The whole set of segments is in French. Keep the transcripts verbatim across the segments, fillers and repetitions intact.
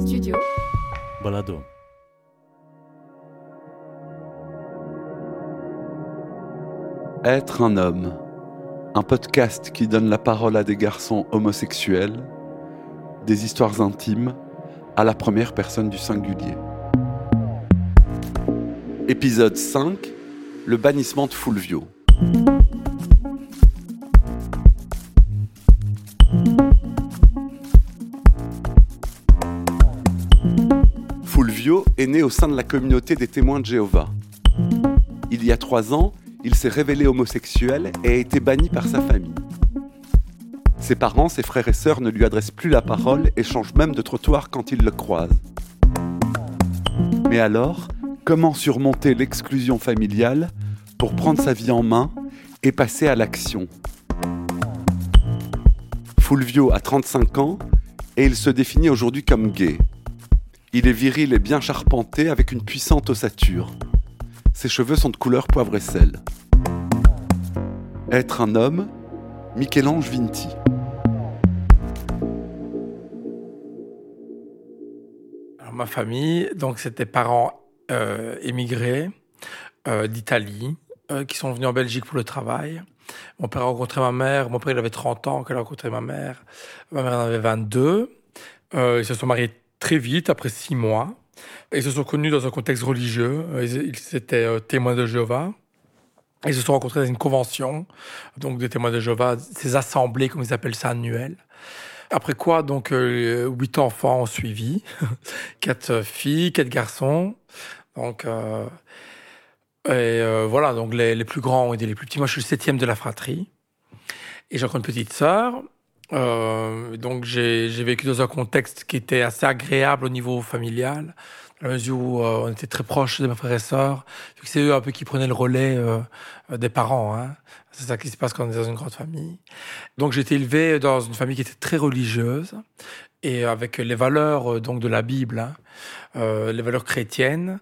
Studio Balado. Être un homme, un podcast qui donne la parole à des garçons homosexuels, des histoires intimes à la première personne du singulier. Épisode cinq, le bannissement de Fulvio. Fulvio est né au sein de la communauté des témoins de Jéhovah. Il y a trois ans, il s'est révélé homosexuel et a été banni par sa famille. Ses parents, ses frères et sœurs ne lui adressent plus la parole et changent même de trottoir quand ils le croisent. Mais alors, comment surmonter l'exclusion familiale pour prendre sa vie en main et passer à l'action ? Fulvio a trente-cinq ans et il se définit aujourd'hui comme gay. Il est viril et bien charpenté avec une puissante ossature. Ses cheveux sont de couleur poivre et sel. Être un homme, Michel-Ange Vinti. Alors, ma famille, donc c'était parents euh, émigrés euh, d'Italie euh, qui sont venus en Belgique pour le travail. Mon père a rencontré ma mère. Mon père il avait trente ans quand il a rencontré ma mère. Ma mère en avait vingt-deux. Euh, ils se sont mariés très vite, après six mois. Ils se sont connus dans un contexte religieux. Ils, ils étaient euh, témoins de Jéhovah. Ils se sont rencontrés dans une convention, donc des témoins de Jéhovah, ces assemblées, comme ils appellent ça, annuelles. Après quoi, donc, euh, huit enfants ont suivi. Quatre filles, quatre garçons. Donc, euh, et euh, voilà, donc les, les plus grands ont aidé les plus petits. Moi, je suis le septième de la fratrie. Et j'ai encore une petite sœur. Euh, donc j'ai, j'ai vécu dans un contexte qui était assez agréable au niveau familial, dans la mesure où euh, on était très proches de mes frères et sœurs, vu que c'est eux un peu qui prenaient le relais euh, des parents. Hein. C'est ça qui se passe quand on est dans une grande famille. Donc j'ai été élevé dans une famille qui était très religieuse et avec les valeurs euh, donc de la Bible, hein, euh, les valeurs chrétiennes.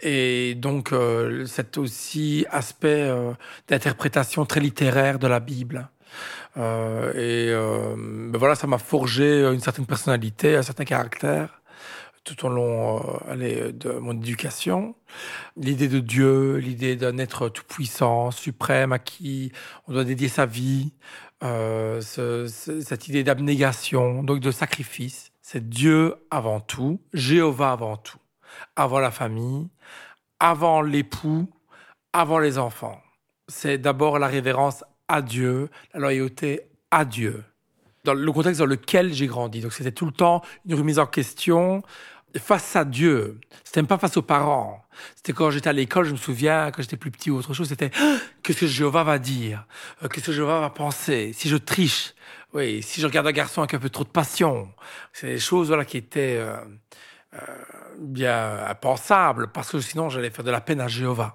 Et donc euh, cet aussi aspect euh, d'interprétation très littéraire de la Bible. Euh, et euh, ben voilà, ça m'a forgé une certaine personnalité, un certain caractère tout au long euh, allez, de mon éducation. L'idée de Dieu, l'idée d'un être tout-puissant, suprême, à qui on doit dédier sa vie, euh, ce, ce, cette idée d'abnégation, donc de sacrifice. C'est Dieu avant tout, Jéhovah avant tout, avant la famille, avant l'époux, avant les enfants. C'est d'abord la révérence à Dieu, la loyauté à Dieu. Dans le contexte dans lequel j'ai grandi. Donc c'était tout le temps une remise en question face à Dieu. C'était même pas face aux parents. C'était quand j'étais à l'école, je me souviens, quand j'étais plus petit ou autre chose, c'était ah, qu'est-ce que Jéhovah va dire, euh, qu'est-ce que Jéhovah va penser, si je triche, oui, si je regarde un garçon avec un peu trop de passion. C'est des choses voilà, qui étaient euh, euh, bien impensables, parce que sinon j'allais faire de la peine à Jéhovah.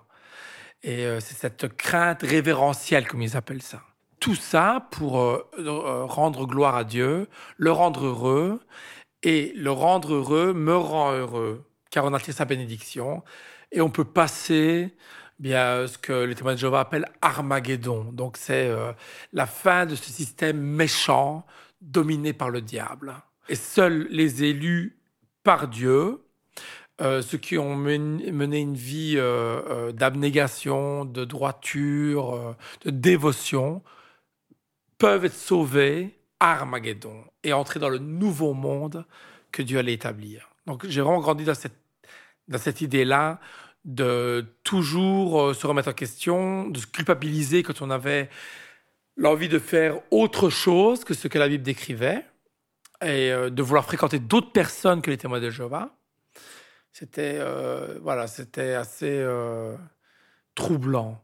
Et euh, c'est cette crainte révérentielle, comme ils appellent ça. Tout ça pour euh, euh, rendre gloire à Dieu, le rendre heureux, et le rendre heureux me rend heureux, car on a tiré sa bénédiction, et on peut passer bien ce que les témoins de Jéhovah appellent Armageddon. Donc c'est euh, la fin de ce système méchant, dominé par le diable. Et seuls les élus par Dieu, Euh, ceux qui ont mené, mené une vie euh, euh, d'abnégation, de droiture, euh, de dévotion, peuvent être sauvés à Armageddon et entrer dans le nouveau monde que Dieu allait établir. Donc j'ai vraiment grandi dans cette, dans cette idée-là de toujours euh, se remettre en question, de se culpabiliser quand on avait l'envie de faire autre chose que ce que la Bible décrivait et euh, de vouloir fréquenter d'autres personnes que les témoins de Jéhovah. C'était, euh, voilà, c'était assez euh, troublant.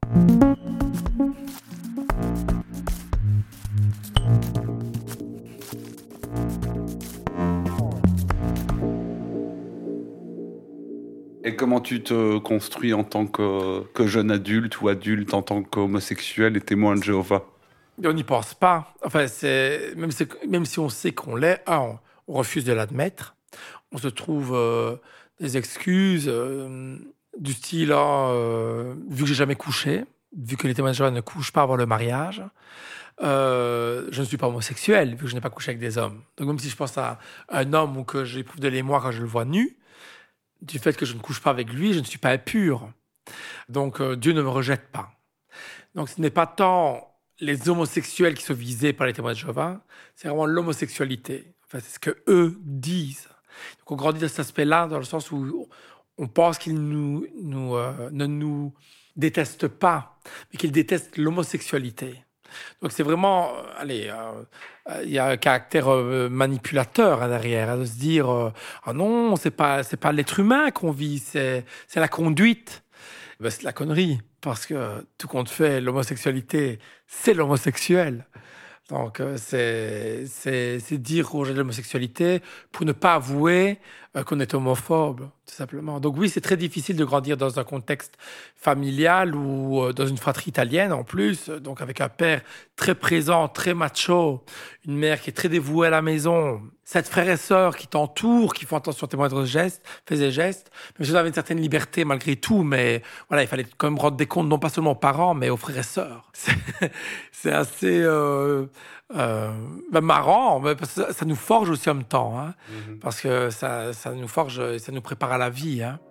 Et comment tu te construis en tant que, que jeune adulte ou adulte, en tant qu'homosexuel et témoin de Jéhovah ? Et on n'y pense pas. Enfin, c'est, même, si, même si on sait qu'on l'est, un, on, on refuse de l'admettre. On se trouve euh, des excuses euh, du style, ah, euh, vu que j'ai jamais couché, vu que les témoins de Jéhovah ne couchent pas avant le mariage, euh, je ne suis pas homosexuel, vu que je n'ai pas couché avec des hommes. Donc même si je pense à un homme ou que j'éprouve de l'émoi quand je le vois nu, du fait que je ne couche pas avec lui, je ne suis pas impur. Donc euh, Dieu ne me rejette pas. Donc ce n'est pas tant les homosexuels qui sont visés par les témoins de Jéhovah, c'est vraiment l'homosexualité. Enfin, c'est ce que eux disent. Donc on grandit dans cet aspect-là, dans le sens où on pense qu'ils nous, nous, euh, ne nous détestent pas, mais qu'ils détestent l'homosexualité. Donc c'est vraiment, euh, allez, il euh, y a un caractère euh, manipulateur hein, derrière, hein, de se dire, euh, ah non, c'est pas, c'est pas l'être humain qu'on vit, c'est, c'est la conduite. Ben, c'est de la connerie, parce que tout compte fait, l'homosexualité, c'est l'homosexuel. Donc, euh, c'est, c'est, c'est dire rejeter l'homosexualité pour ne pas avouer euh, qu'on est homophobe, tout simplement. Donc oui, c'est très difficile de grandir dans un contexte familial ou euh, dans une fratrie italienne en plus, donc avec un père très présent, très macho, une mère qui est très dévouée à la maison, sept frères et sœurs qui t'entourent, qui font attention à tes moindres gestes, faisaient gestes. Mais je avais une certaine liberté malgré tout, mais voilà, il fallait quand même rendre des comptes non pas seulement aux parents, mais aux frères et sœurs. C'est, c'est assez euh, euh, ben marrant, mais parce que ça, ça nous forge aussi en même temps, hein, mm-hmm. Parce que ça, ça nous forge, ça nous prépare à la vie, hein.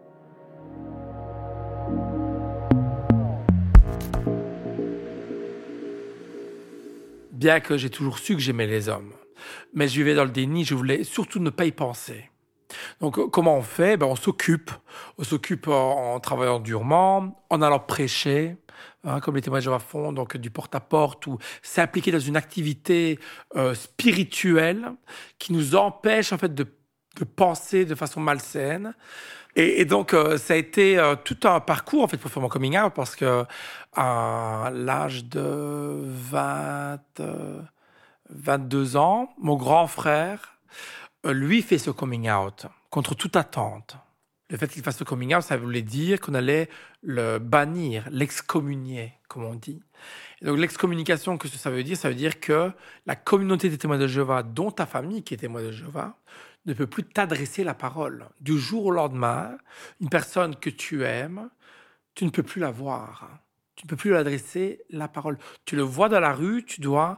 Bien que j'ai toujours su que j'aimais les hommes. Mais je vivais dans le déni, je voulais surtout ne pas y penser. Donc, comment on fait ? Ben, on s'occupe. On s'occupe en, en travaillant durement, en allant prêcher, hein, comme les témoins de Jéhovah font, donc du porte-à-porte, ou s'impliquer dans une activité euh, spirituelle qui nous empêche en fait de, de penser de façon malsaine. Et, et donc, euh, ça a été euh, tout un parcours en fait pour faire mon coming out, parce que à l'âge de vingt, euh, vingt-deux ans, mon grand frère, euh, lui, fait ce coming out contre toute attente. Le fait qu'il fasse ce coming out, ça voulait dire qu'on allait le bannir, l'excommunier, comme on dit. Et donc, l'excommunication, que ça veut dire, ça veut dire que la communauté des témoins de Jéhovah, dont ta famille qui est témoin de Jéhovah, ne peut plus t'adresser la parole. Du jour au lendemain, une personne que tu aimes, tu ne peux plus la voir. Tu ne peux plus lui adresser la parole. Tu le vois dans la rue, tu dois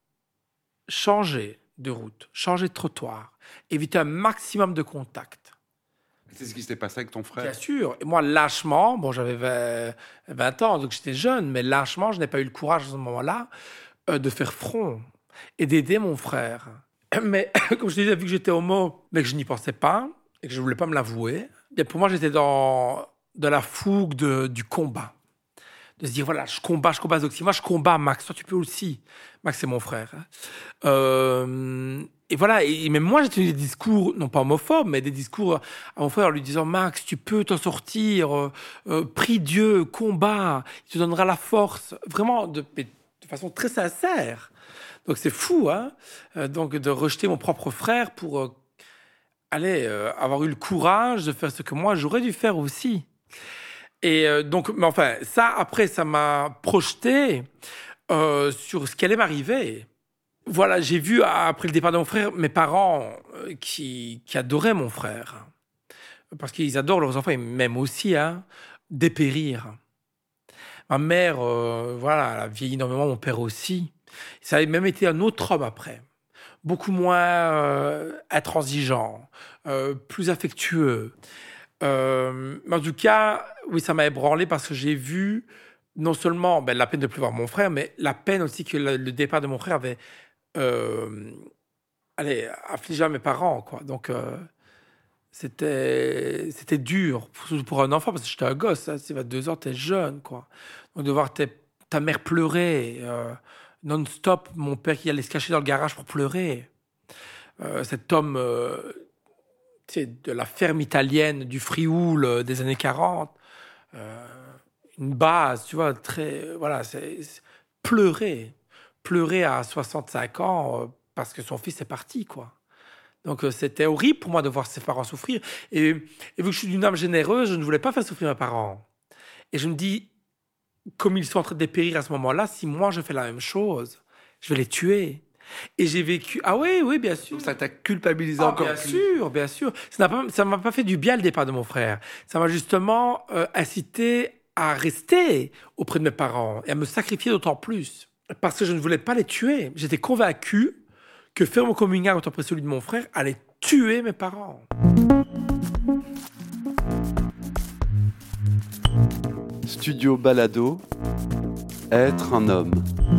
changer de route, changer de trottoir, éviter un maximum de contact. C'est ce qui s'était passé avec ton frère ? Bien sûr. Et moi, lâchement, bon, j'avais vingt ans, donc j'étais jeune, mais lâchement, je n'ai pas eu le courage à ce moment-là euh, de faire front et d'aider mon frère. Mais comme je te disais, vu que j'étais homo, mais que je n'y pensais pas et que je ne voulais pas me l'avouer, bien pour moi, j'étais dans, dans la fougue de, du combat. De se dire, voilà, je combats, je combats Zoxy. Moi, je combats Max. Toi, tu peux aussi. Max, c'est mon frère. Euh, et voilà. Et même moi, j'ai tenu des discours, non pas homophobes, mais des discours à mon frère en lui disant, Max, tu peux t'en sortir. Euh, euh, prie Dieu, combat. Il te donnera la force. Vraiment, de, de façon très sincère. Donc, c'est fou, hein. Euh, donc, de rejeter mon propre frère pour euh, aller euh, avoir eu le courage de faire ce que moi, j'aurais dû faire aussi. Et euh, donc, mais enfin, ça, après, ça m'a projeté euh, sur ce qui allait m'arriver. Voilà, j'ai vu, après le départ de mon frère, mes parents euh, qui, qui adoraient mon frère. Parce qu'ils adorent leurs enfants, et même aussi, hein, dépérir. Ma mère, euh, voilà, elle a vieilli énormément, mon père aussi. Ça a même été un autre homme après. Beaucoup moins euh, intransigeant, euh, plus affectueux. Euh, mais en tout cas, oui, ça m'a ébranlé parce que j'ai vu non seulement ben, la peine de ne plus voir mon frère, mais la peine aussi que le, le départ de mon frère avait euh, allez, affligé à mes parents, quoi. Donc, euh, c'était, c'était dur, surtout pour un enfant, parce que j'étais un gosse, hein, c'est vingt-deux ans, t'es jeune, quoi. Donc, de voir tes, ta mère pleurer euh, non-stop, mon père qui allait se cacher dans le garage pour pleurer. Euh, cet homme... Euh, de la ferme italienne du Frioul des années quarante, euh, une base, tu vois, très, voilà, c'est, c'est pleurer, pleurer à soixante-cinq ans euh, parce que son fils est parti, quoi. Donc euh, c'était horrible pour moi de voir ses parents souffrir. Et, et vu que je suis d'une âme généreuse, je ne voulais pas faire souffrir mes parents. Et je me dis, comme ils sont en train de dépérir à ce moment-là, si moi je fais la même chose, je vais les tuer. Et j'ai vécu... Ah oui, oui, bien sûr. Ça t'a culpabilisé ah, encore bien plus. Bien sûr, bien sûr. Ça n'a pas, ça m'a pas fait du bien le départ de mon frère. Ça m'a justement euh, incité à rester auprès de mes parents et à me sacrifier d'autant plus parce que je ne voulais pas les tuer. J'étais convaincu que faire mon coming out après celui de mon frère allait tuer mes parents. Studio Balado, être un homme.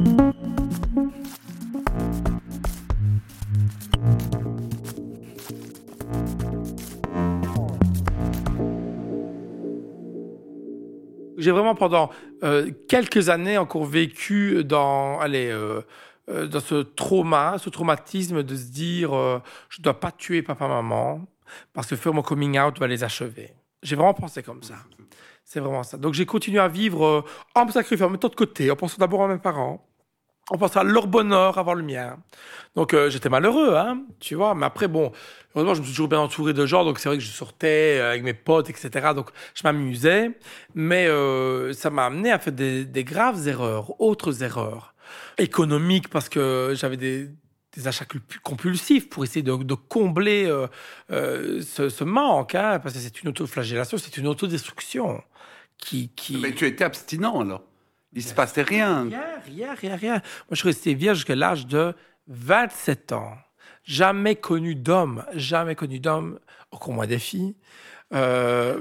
J'ai vraiment pendant euh, quelques années encore vécu dans, allez, euh, euh, dans ce trauma, ce traumatisme de se dire euh, je ne dois pas tuer papa-maman parce que faire mon coming out va les achever. J'ai vraiment pensé comme ça. C'est vraiment ça. Donc j'ai continué à vivre euh, en me sacrifiant, en me mettant de côté, en pensant d'abord à mes parents, en pensant à leur bonheur avant le mien. Donc euh, j'étais malheureux, hein, tu vois. Mais après, bon, heureusement, je me suis toujours bien entouré de gens. Donc c'est vrai que je sortais avec mes potes, et cetera. Donc je m'amusais. Mais euh, ça m'a amené à faire des, des graves erreurs, autres erreurs. Économiques, parce que j'avais des, des achats compulsifs pour essayer de, de combler euh, euh, ce, ce manque. Hein, parce que c'est une autoflagellation, c'est une autodestruction. Qui, qui... Mais tu étais abstinent, alors. Il ne se passait rien. Rien, rien, rien, rien. Moi, je suis resté vierge jusqu'à l'âge de vingt-sept ans. Jamais connu d'homme, jamais connu d'homme, encore moins des filles. Euh...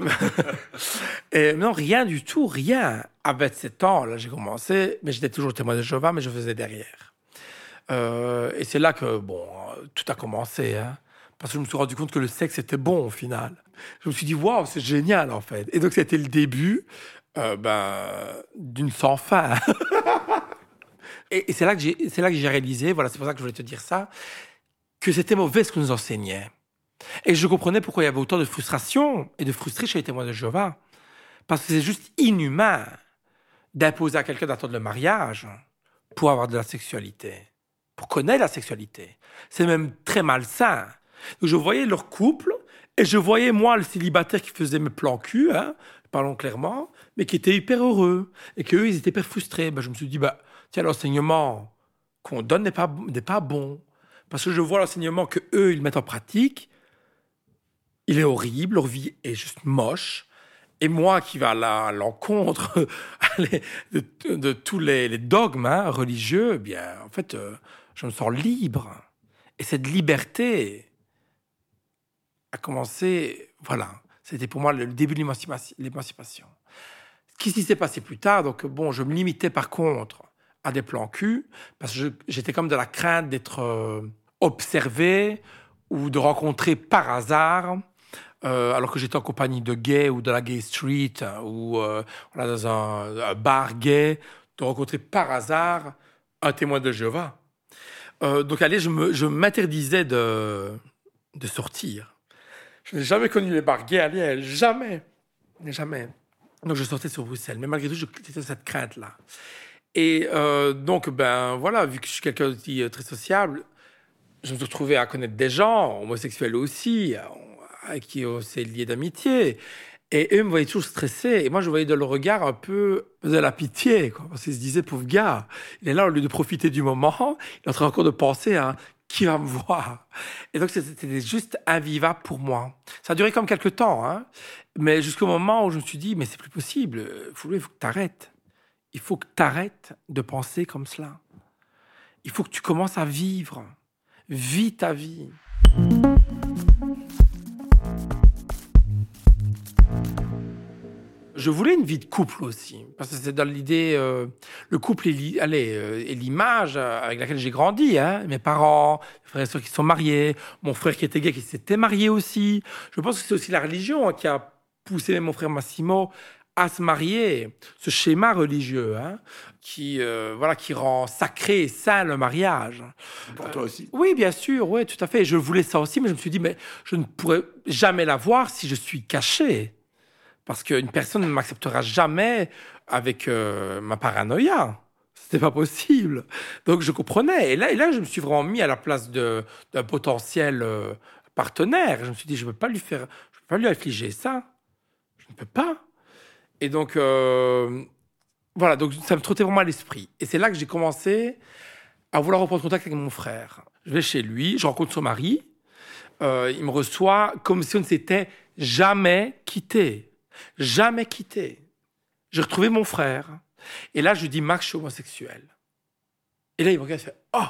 Et non, rien du tout, rien. À vingt-sept ans, là, j'ai commencé, mais j'étais toujours témoin de Jéhovah, mais je faisais derrière. Euh... Et c'est là que, bon, tout a commencé, hein. Parce que je me suis rendu compte que le sexe était bon, au final. Je me suis dit, waouh, c'est génial, en fait. Et donc, c'était le début euh, ben, d'une sans fin. et, et c'est là que j'ai, c'est là que j'ai réalisé, voilà, c'est pour ça que je voulais te dire ça, que c'était mauvais ce qu'on nous enseignait. Et je comprenais pourquoi il y avait autant de frustration et de frustrés chez les témoins de Jéhovah. Parce que c'est juste inhumain d'imposer à quelqu'un d'attendre le mariage pour avoir de la sexualité, pour connaître la sexualité. C'est même très malsain. Donc je voyais leur couple et je voyais moi le célibataire qui faisait mes plans cul, hein, parlons clairement, mais qui était hyper heureux et qu'eux ils étaient hyper frustrés. Ben, je me suis dit, bah, tiens, l'enseignement qu'on donne n'est pas, n'est pas bon. Parce que je vois l'enseignement qu'eux ils mettent en pratique, il est horrible, leur vie est juste moche. Et moi qui vais à, la, à l'encontre de, de, de tous les, les dogmes hein, religieux, eh bien, en fait, euh, je me sens libre. Et cette liberté a commencé, voilà, c'était pour moi le début de l'émancipation. Ce qui s'est passé plus tard, donc bon, je me limitais par contre à des plans cul, parce que je, j'étais comme de la crainte d'être euh, observé ou de rencontrer par hasard, euh, alors que j'étais en compagnie de gays ou de la gay street, hein, ou euh, voilà, dans un, un bar gay, de rencontrer par hasard un témoin de Jéhovah. Euh, donc allez, je, me, je m'interdisais de, de sortir. Je n'ai jamais connu les bars gays à Liège, jamais, jamais. Donc je sortais sur Bruxelles, mais malgré tout, j'étais cette crainte-là. Et euh, donc, ben voilà, vu que je suis quelqu'un de très sociable, je me suis retrouvé à connaître des gens, homosexuels aussi, avec qui on s'est liés d'amitié. Et eux me voyaient toujours stressé. Et moi, je voyais de leur regard un peu de la pitié, quoi. Parce qu'ils se disaient, pauvre gars, il est là, au lieu de profiter du moment, il est en train encore de penser à qui va me voir. Et donc, c'était juste invivable pour moi. Ça a duré comme quelques temps, hein. Mais jusqu'au moment où je me suis dit, mais c'est plus possible. Il faut, il faut que tu arrêtes. Il faut que tu arrêtes de penser comme cela. Il faut que tu commences à vivre. Vis ta vie. Je voulais une vie de couple aussi, parce que c'est dans l'idée, euh, le couple est, li, allez, euh, est l'image avec laquelle j'ai grandi. Hein. Mes parents, mes frères et sœurs qui sont mariés, mon frère qui était gay qui s'était marié aussi. Je pense que c'est aussi la religion hein, qui a poussé mon frère Massimo à se marier, ce schéma religieux hein, qui, euh, voilà, qui rend sacré et saint le mariage. Pour euh, toi aussi? Oui, bien sûr, oui, tout à fait. Je voulais ça aussi, mais je me suis dit, mais je ne pourrais jamais l'avoir si je suis caché. Parce qu'une personne ne m'acceptera jamais avec euh, ma paranoïa. C'était pas possible. Donc je comprenais. Et là, et là, je me suis vraiment mis à la place de, d'un potentiel euh, partenaire. Je me suis dit, je ne peux pas lui faire, je peux pas lui infliger ça. Je ne peux pas. Et donc, euh, voilà, donc ça me trottait vraiment à l'esprit. Et c'est là que j'ai commencé à vouloir reprendre contact avec mon frère. Je vais chez lui, je rencontre son mari. Euh, il me reçoit comme si on ne s'était jamais quitté. Jamais quitté. J'ai retrouvé mon frère. Et là, je lui dis, Max, je suis homosexuel. Et là, il me regarde et fait, oh,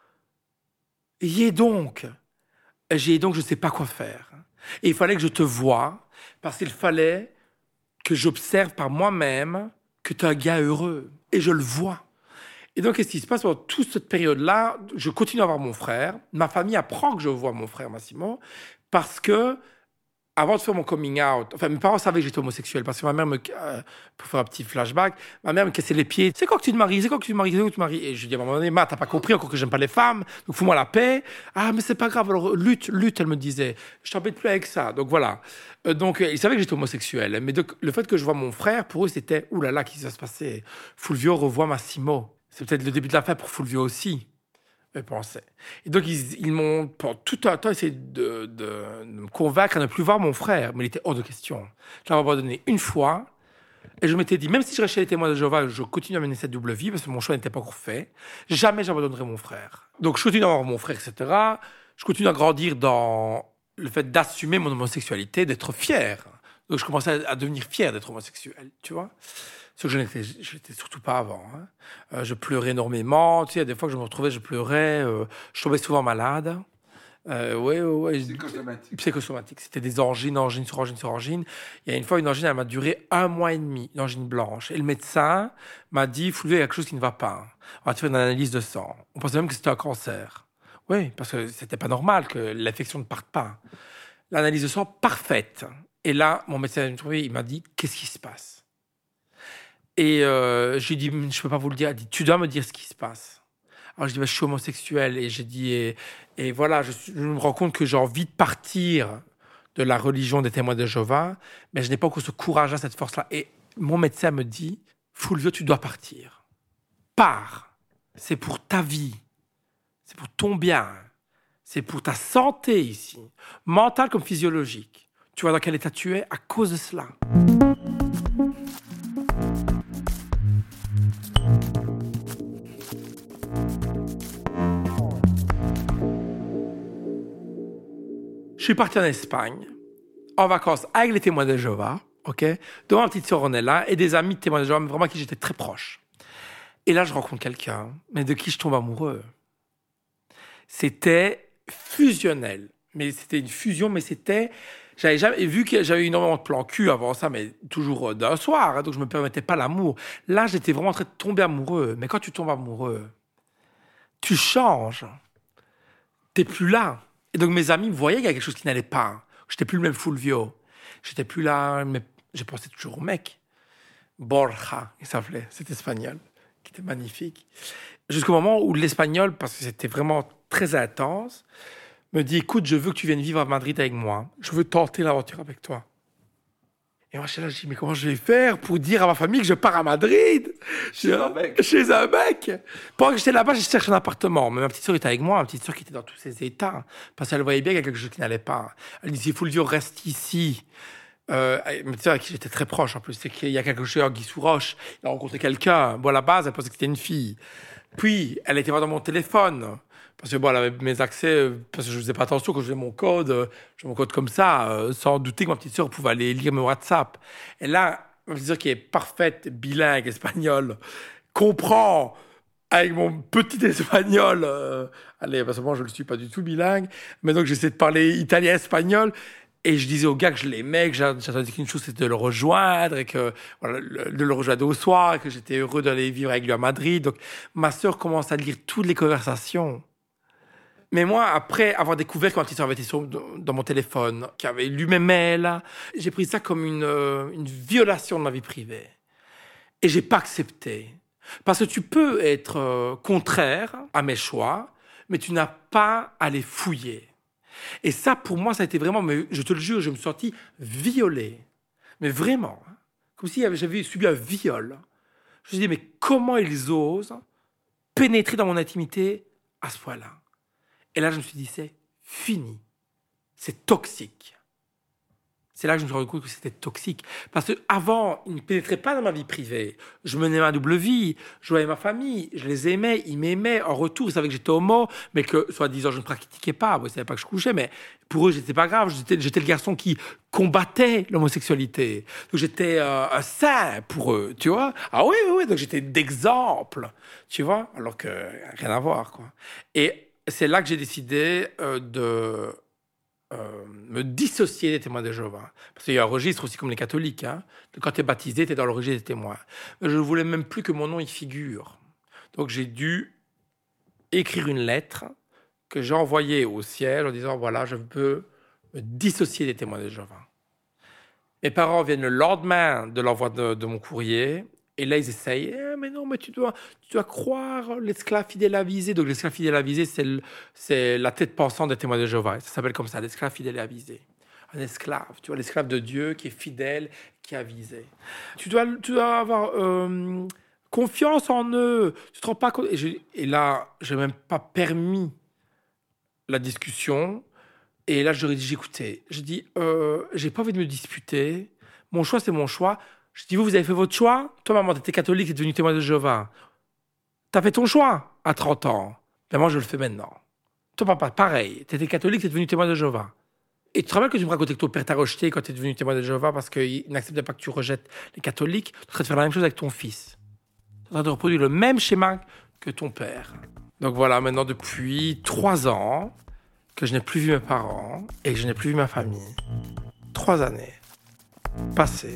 y est donc. J'ai donc, je ne sais pas quoi faire. Et il fallait que je te voie, parce qu'il fallait que j'observe par moi-même que tu es un gars heureux. Et je le vois. Et donc, qu'est-ce qui se passe pendant toute cette période-là? Je continue à voir mon frère. Ma famille apprend que je vois mon frère Massimo, parce que avant de faire mon coming out, enfin, mes parents savaient que j'étais homosexuel parce que ma mère me, euh, pour faire un petit flashback, ma mère me cassait les pieds. C'est quand que tu te maries? C'est quand que tu te maries? C'est quand que tu te maries? Et je lui dis à un moment donné, ma, t'as pas compris encore que j'aime pas les femmes, donc fous-moi la paix. Ah, mais c'est pas grave, alors lutte, lutte, elle me disait. Je t'embête plus avec ça. Donc voilà. Euh, donc, euh, ils savaient que j'étais homosexuel. Mais donc, le fait que je vois mon frère, pour eux, c'était, oulala, là là, qu'est-ce qui va se passer? Fulvio revoit Massimo. C'est peut-être le début de la fin pour Fulvio aussi. Je pensais. Et donc, ils, ils m'ont, pendant tout un temps, essayé de, de, de me convaincre à ne plus voir mon frère. Mais il était hors de question. Je l'avais abandonné une fois. Et je m'étais dit, même si je restais chez les témoins de Jéhovah, je continue à mener cette double vie, parce que mon choix n'était pas encore fait. Jamais j'abandonnerai mon frère. Donc, je continue à avoir mon frère, et cetera. Je continue à grandir dans le fait d'assumer mon homosexualité, d'être fier. Donc, je commençais à devenir fier d'être homosexuel, tu vois. Ce que je n'étais, je n'étais surtout pas avant. Hein. Euh, je pleurais énormément. Tu sais, il y a des fois que je me retrouvais, je pleurais. Euh, je tombais souvent malade. Euh, ouais, ouais, ouais. Psychosomatique. Psychosomatique. C'était des angines, angines sur angines sur angines. Il y a une fois, une angine, elle m'a duré un mois et demi, une angine blanche. Et le médecin m'a dit, Fulvio, il y a quelque chose qui ne va pas. On va te faire une analyse de sang. On pensait même que c'était un cancer. Oui, parce que c'était pas normal que l'infection ne parte pas. L'analyse de sang, parfaite. Et là, mon médecin, il m'a dit, qu'est-ce qui se passe? Et euh, j'ai dit, je ne peux pas vous le dire. Elle dit, tu dois me dire ce qui se passe. Alors je dis, bah, je suis homosexuel. Et j'ai dit, et, et voilà, je, je me rends compte que j'ai envie de partir de la religion des témoins de Jéhovah, mais je n'ai pas encore ce courage-là, cette force-là. Et mon médecin me dit, Fulvio, tu dois partir. Pars. C'est pour ta vie. C'est pour ton bien. C'est pour ta santé ici, mentale comme physiologique. Tu vois dans quel état tu es à cause de cela. Je suis parti en Espagne, en vacances avec les témoins de Jéhovah, ok, devant ma petite sœur Ronella et des amis de témoins de Jéhovah, vraiment à qui j'étais très proche. Et là, je rencontre quelqu'un, mais de qui je tombe amoureux. C'était fusionnel. Mais c'était une fusion, mais c'était... J'avais jamais vu que j'avais énormément de plans cul avant ça, mais toujours d'un soir, hein, donc je me permettais pas l'amour. Là, j'étais vraiment en train de tomber amoureux. Mais quand tu tombes amoureux, tu changes. T'es plus là. Et donc mes amis voyaient qu'il y a quelque chose qui n'allait pas. J'étais plus le même Fulvio. J'étais plus là, mais j'ai pensé toujours au mec. Borja, il s'appelait, cet espagnol, qui était magnifique. Jusqu'au moment où l'espagnol, parce que c'était vraiment très intense, me dit, écoute, je veux que tu viennes vivre à Madrid avec moi. Je veux tenter l'aventure avec toi. Et moi, je suis là, je dis, mais comment je vais faire pour dire à ma famille que je pars à Madrid? Chez un mec. Chez un mec. Pendant que j'étais là-bas, j'ai cherché un appartement. Mais ma petite sœur était avec moi, ma petite sœur qui était dans tous ses états. Parce qu'elle voyait bien qu'il y a quelque chose qui n'allait pas. Elle me disait, Fulvio, reste ici. Euh, ma petite sœur avec qui j'étais très proche, en plus, c'est qu'il y a quelque chose, Guy Souroche, il a rencontré quelqu'un. Bon, à la base, elle pensait que c'était une fille. Puis, elle était voir dans mon téléphone. Parce que bon, elle avait mes accès, parce que je faisais pas attention quand je faisais mon code, je faisais mon code comme ça, euh, sans douter que ma petite sœur pouvait aller lire mes WhatsApp. Et là, ma petite sœur qui est parfaite, bilingue, espagnole, comprend avec mon petit espagnol, euh, allez, parce que moi je ne le suis pas du tout bilingue, mais donc j'essaie de parler italien-espagnol. Et je disais au gars que je l'aimais, que j'attendais qu'une chose, c'était de le rejoindre, et que, voilà, de le rejoindre au soir, et que j'étais heureux d'aller vivre avec lui à Madrid. Donc, ma sœur commence à lire toutes les conversations. Mais moi, après avoir découvert que ma petite sœur avait été sur, dans mon téléphone, qui avait lu mes mails, j'ai pris ça comme une, une violation de ma vie privée. Et j'ai pas accepté. Parce que tu peux être contraire à mes choix, mais tu n'as pas à les fouiller. Et ça, pour moi, ça a été vraiment, mais je te le jure, je me suis senti violé. Mais vraiment, hein, comme si j'avais subi un viol. Je me suis dit, mais comment ils osent pénétrer dans mon intimité à ce point-là? Et là, je me suis dit, c'est fini. C'est toxique. C'est là que je me suis rendu compte que c'était toxique. Parce qu'avant, ils ne pénétraient pas dans ma vie privée. Je menais ma double vie. Je voyais ma famille. Je les aimais. Ils m'aimaient. En retour, ils savaient que j'étais homo, mais que, soi-disant, je ne pratiquais pas. Ils ne savaient pas que je couchais, mais pour eux, j'étais pas grave. J'étais, j'étais le garçon qui combattait l'homosexualité. Donc, j'étais euh, un saint pour eux, tu vois. Ah oui, oui, oui. Donc, j'étais d'exemple, tu vois. Alors que rien à voir, quoi. Et c'est là que j'ai décidé euh, de... Euh, me dissocier des témoins de Jéhovah. Parce qu'il y a un registre aussi comme les catholiques. Hein. Quand tu es baptisé, tu es dans le registre des témoins. Mais je ne voulais même plus que mon nom y figure. Donc j'ai dû écrire une lettre que j'ai envoyée au ciel en disant, voilà, je peux me dissocier des témoins de Jéhovah. Mes parents viennent le lendemain de l'envoi de, de mon courrier. Et là, ils essayent. Eh, mais non, mais tu dois, tu dois croire l'esclave fidèle avisé. Donc, l'esclave fidèle avisé, c'est, le, c'est la tête pensante des témoins de Jéhovah. Ça s'appelle comme ça, l'esclave fidèle avisé. Un esclave, tu vois, l'esclave de Dieu qui est fidèle, qui est avisé. Tu dois, tu dois avoir euh, confiance en eux. Tu te rends pas compte. Et, je, et là, je n'ai même pas permis la discussion. Et là, je leur ai dit, j'écoutais. Je dis, euh, j'ai pas envie de me disputer. Mon choix, c'est mon choix. Je dis, vous, vous avez fait votre choix. Toi, maman, t'étais catholique, t'es devenue témoin de Jéhovah. T'as fait ton choix à trente ans. Ben moi, je le fais maintenant. Toi, papa, pareil. T'étais catholique, t'es devenu témoin de Jéhovah. Et tu te rappelles que tu me racontais que ton père t'a rejeté quand t'es devenu témoin de Jéhovah parce qu'il n'acceptait pas que tu rejettes les catholiques. Tu es en train de faire la même chose avec ton fils. Tu es en train de reproduire le même schéma que ton père. Donc voilà, maintenant, depuis trois ans que je n'ai plus vu mes parents et que je n'ai plus vu ma famille. Trois années passées.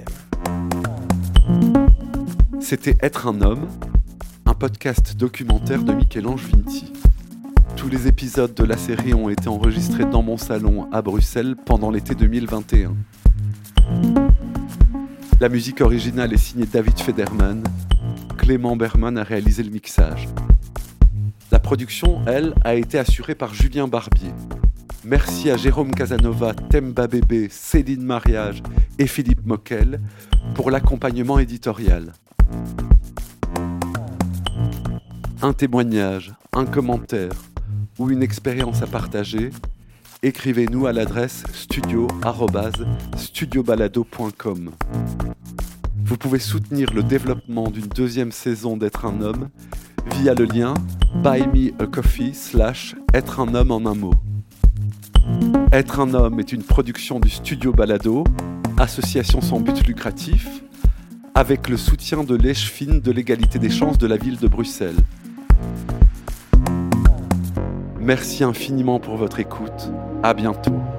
C'était Être un homme, un podcast documentaire de Michel-Ange Vinti. Tous les épisodes de la série ont été enregistrés dans mon salon à Bruxelles pendant l'été deux mille vingt et un. La musique originale est signée David Federman. Clément Berman a réalisé le mixage. La production, elle, a été assurée par Julien Barbier. Merci à Jérôme Casanova, Themba Bébé, Céline Mariage et Philippe Moquel pour l'accompagnement éditorial. Un témoignage, un commentaire ou une expérience à partager, écrivez-nous à l'adresse studio arobase studiobalado point com. Vous pouvez soutenir le développement d'une deuxième saison d'Être un homme via le lien buymeacoffee slash être un homme en un mot. Être un homme est une production du Studio Balado, association sans but lucratif, avec le soutien de l'Échevine de l'égalité des chances de la ville de Bruxelles. Merci infiniment pour votre écoute. À bientôt.